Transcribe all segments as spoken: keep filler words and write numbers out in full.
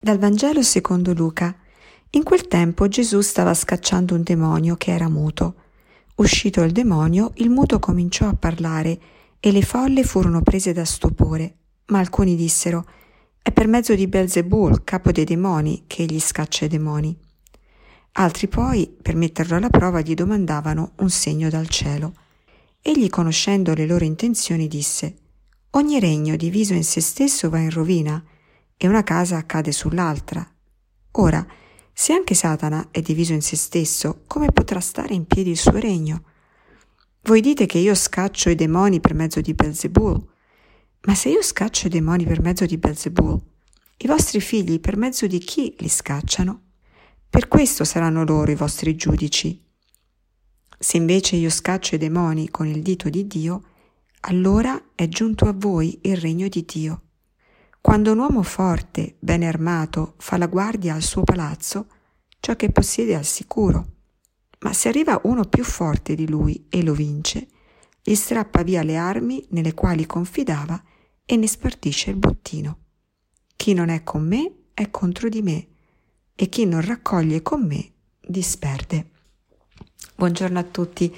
Dal Vangelo secondo Luca. In quel tempo Gesù stava scacciando un demonio che era muto. Uscito il demonio, il muto cominciò a parlare e le folle furono prese da stupore. Ma alcuni dissero: «È per mezzo di Belzebul, capo dei demoni, che egli scaccia i demoni». Altri poi, per metterlo alla prova, gli domandavano un segno dal cielo. Egli, conoscendo le loro intenzioni, disse: «Ogni regno diviso in se stesso va in rovina, e una casa cade sull'altra. Ora, se anche Satana è diviso in se stesso, come potrà stare in piedi il suo regno? Voi dite che io scaccio i demoni per mezzo di Belzebul, ma se io scaccio i demoni per mezzo di Belzebul, i vostri figli per mezzo di chi li scacciano? Per questo saranno loro i vostri giudici. Se invece io scaccio i demoni con il dito di Dio, allora è giunto a voi il regno di Dio. Quando un uomo forte, bene armato, fa la guardia al suo palazzo, ciò che possiede è al sicuro. Ma se arriva uno più forte di lui e lo vince, gli strappa via le armi nelle quali confidava e ne spartisce il bottino. Chi non è con me è contro di me, e chi non raccoglie con me disperde». Buongiorno a tutti,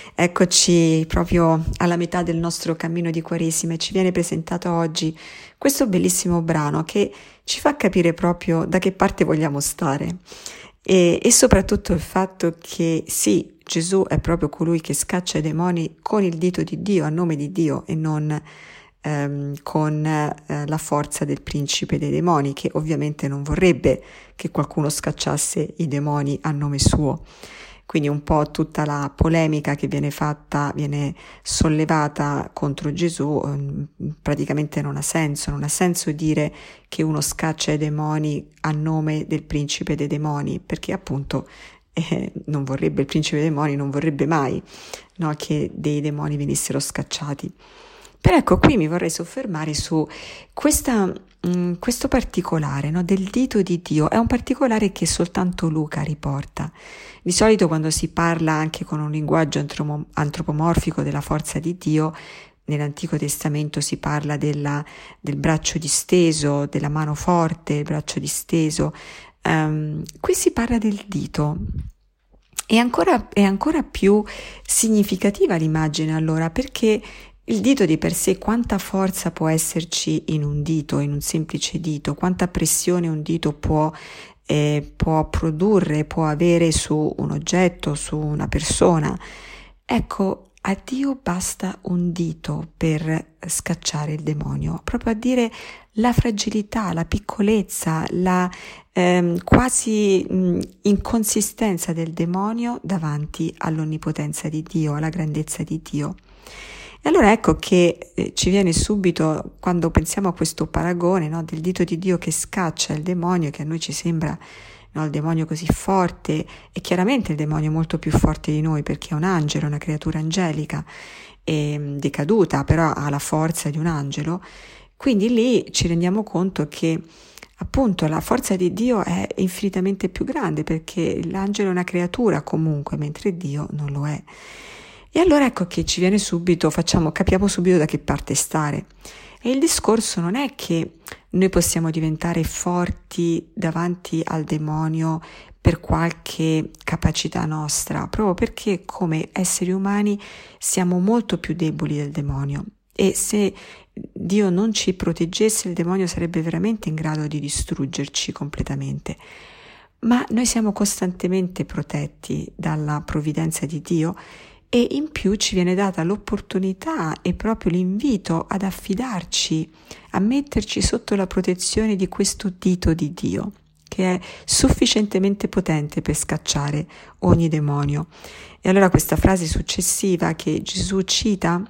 eccoci proprio alla metà del nostro cammino di Quaresima e ci viene presentato oggi questo bellissimo brano che ci fa capire proprio da che parte vogliamo stare e, e soprattutto il fatto che sì, Gesù è proprio colui che scaccia i demoni con il dito di Dio, a nome di Dio, e non ehm, con eh, la forza del principe dei demoni, che ovviamente non vorrebbe che qualcuno scacciasse i demoni a nome suo. Quindi un po' tutta la polemica che viene fatta, viene sollevata contro Gesù, praticamente non ha senso. Non ha senso dire che uno scaccia i demoni a nome del principe dei demoni, perché appunto eh, non vorrebbe, il principe dei demoni non vorrebbe mai, no, che dei demoni venissero scacciati. Però ecco, qui mi vorrei soffermare su questa, mh, questo particolare, no, del dito di Dio. È un particolare che soltanto Luca riporta. Di solito quando si parla anche con un linguaggio antromo- antropomorfico della forza di Dio, nell'Antico Testamento si parla della, del braccio disteso, della mano forte, il braccio disteso. Um, qui si parla del dito. È ancora, è ancora più significativa l'immagine allora, perché il dito di per sé, quanta forza può esserci in un dito, in un semplice dito, quanta pressione un dito può, eh, può produrre, può avere su un oggetto, su una persona. Ecco, a Dio basta un dito per scacciare il demonio, proprio a dire la fragilità, la piccolezza, la ehm, quasi mh, inconsistenza del demonio davanti all'onnipotenza di Dio, alla grandezza di Dio. E allora ecco che eh, ci viene subito, quando pensiamo a questo paragone, no, del dito di Dio che scaccia il demonio, che a noi ci sembra, no, il demonio così forte, e chiaramente il demonio è molto più forte di noi perché è un angelo, una creatura angelica, e, decaduta, però ha la forza di un angelo. Quindi lì ci rendiamo conto che appunto la forza di Dio è infinitamente più grande, perché l'angelo è una creatura comunque, mentre Dio non lo è. E allora ecco che ci viene subito, facciamo, capiamo subito da che parte stare. E il discorso non è che noi possiamo diventare forti davanti al demonio per qualche capacità nostra, proprio perché come esseri umani siamo molto più deboli del demonio. E se Dio non ci proteggesse, il demonio sarebbe veramente in grado di distruggerci completamente. Ma noi siamo costantemente protetti dalla provvidenza di Dio, e in più ci viene data l'opportunità e proprio l'invito ad affidarci, a metterci sotto la protezione di questo dito di Dio, che è sufficientemente potente per scacciare ogni demonio. E allora questa frase successiva che Gesù cita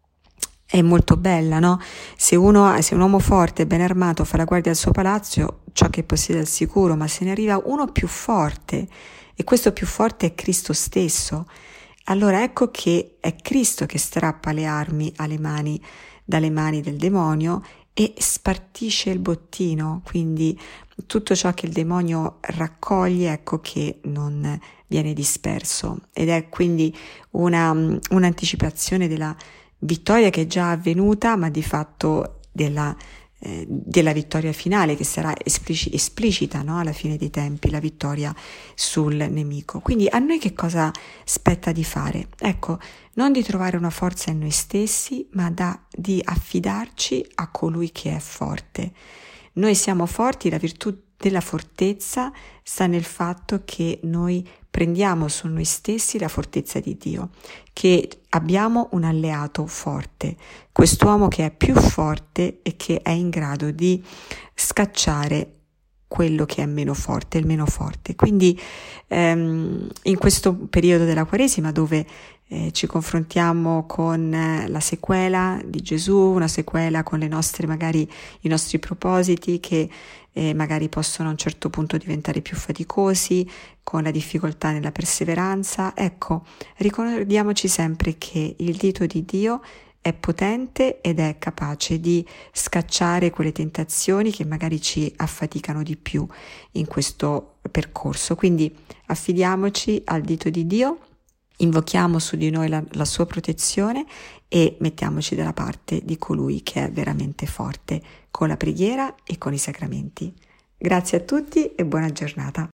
è molto bella, no? Se uno, se un uomo forte, ben armato, fa la guardia al suo palazzo, ciò che possiede al sicuro, ma se ne arriva uno più forte, e questo più forte è Cristo stesso, allora ecco che è Cristo che strappa le armi alle mani, dalle mani del demonio e spartisce il bottino, quindi tutto ciò che il demonio raccoglie, ecco che non viene disperso. Ed è quindi una, un'anticipazione della vittoria che è già avvenuta, ma di fatto della eh, della vittoria finale, che sarà esplici- esplicita, no? Alla fine dei tempi, la vittoria sul nemico. Quindi a noi che cosa spetta di fare? Ecco, non di trovare una forza in noi stessi, ma da, di affidarci a colui che è forte. Noi siamo forti, la virtù della fortezza sta nel fatto che noi prendiamo su noi stessi la fortezza di Dio, che abbiamo un alleato forte, quest'uomo che è più forte e che è in grado di scacciare quello che è meno forte, il meno forte. Quindi ehm, in questo periodo della Quaresima, dove eh, ci confrontiamo con eh, la sequela di Gesù, una sequela con le nostre, magari i nostri propositi che eh, magari possono a un certo punto diventare più faticosi, con la difficoltà nella perseveranza, ecco, ricordiamoci sempre che il dito di Dio è potente ed è capace di scacciare quelle tentazioni che magari ci affaticano di più in questo percorso. Quindi affidiamoci al dito di Dio, invochiamo su di noi la, la sua protezione e mettiamoci dalla parte di colui che è veramente forte, con la preghiera e con i sacramenti. Grazie a tutti e buona giornata.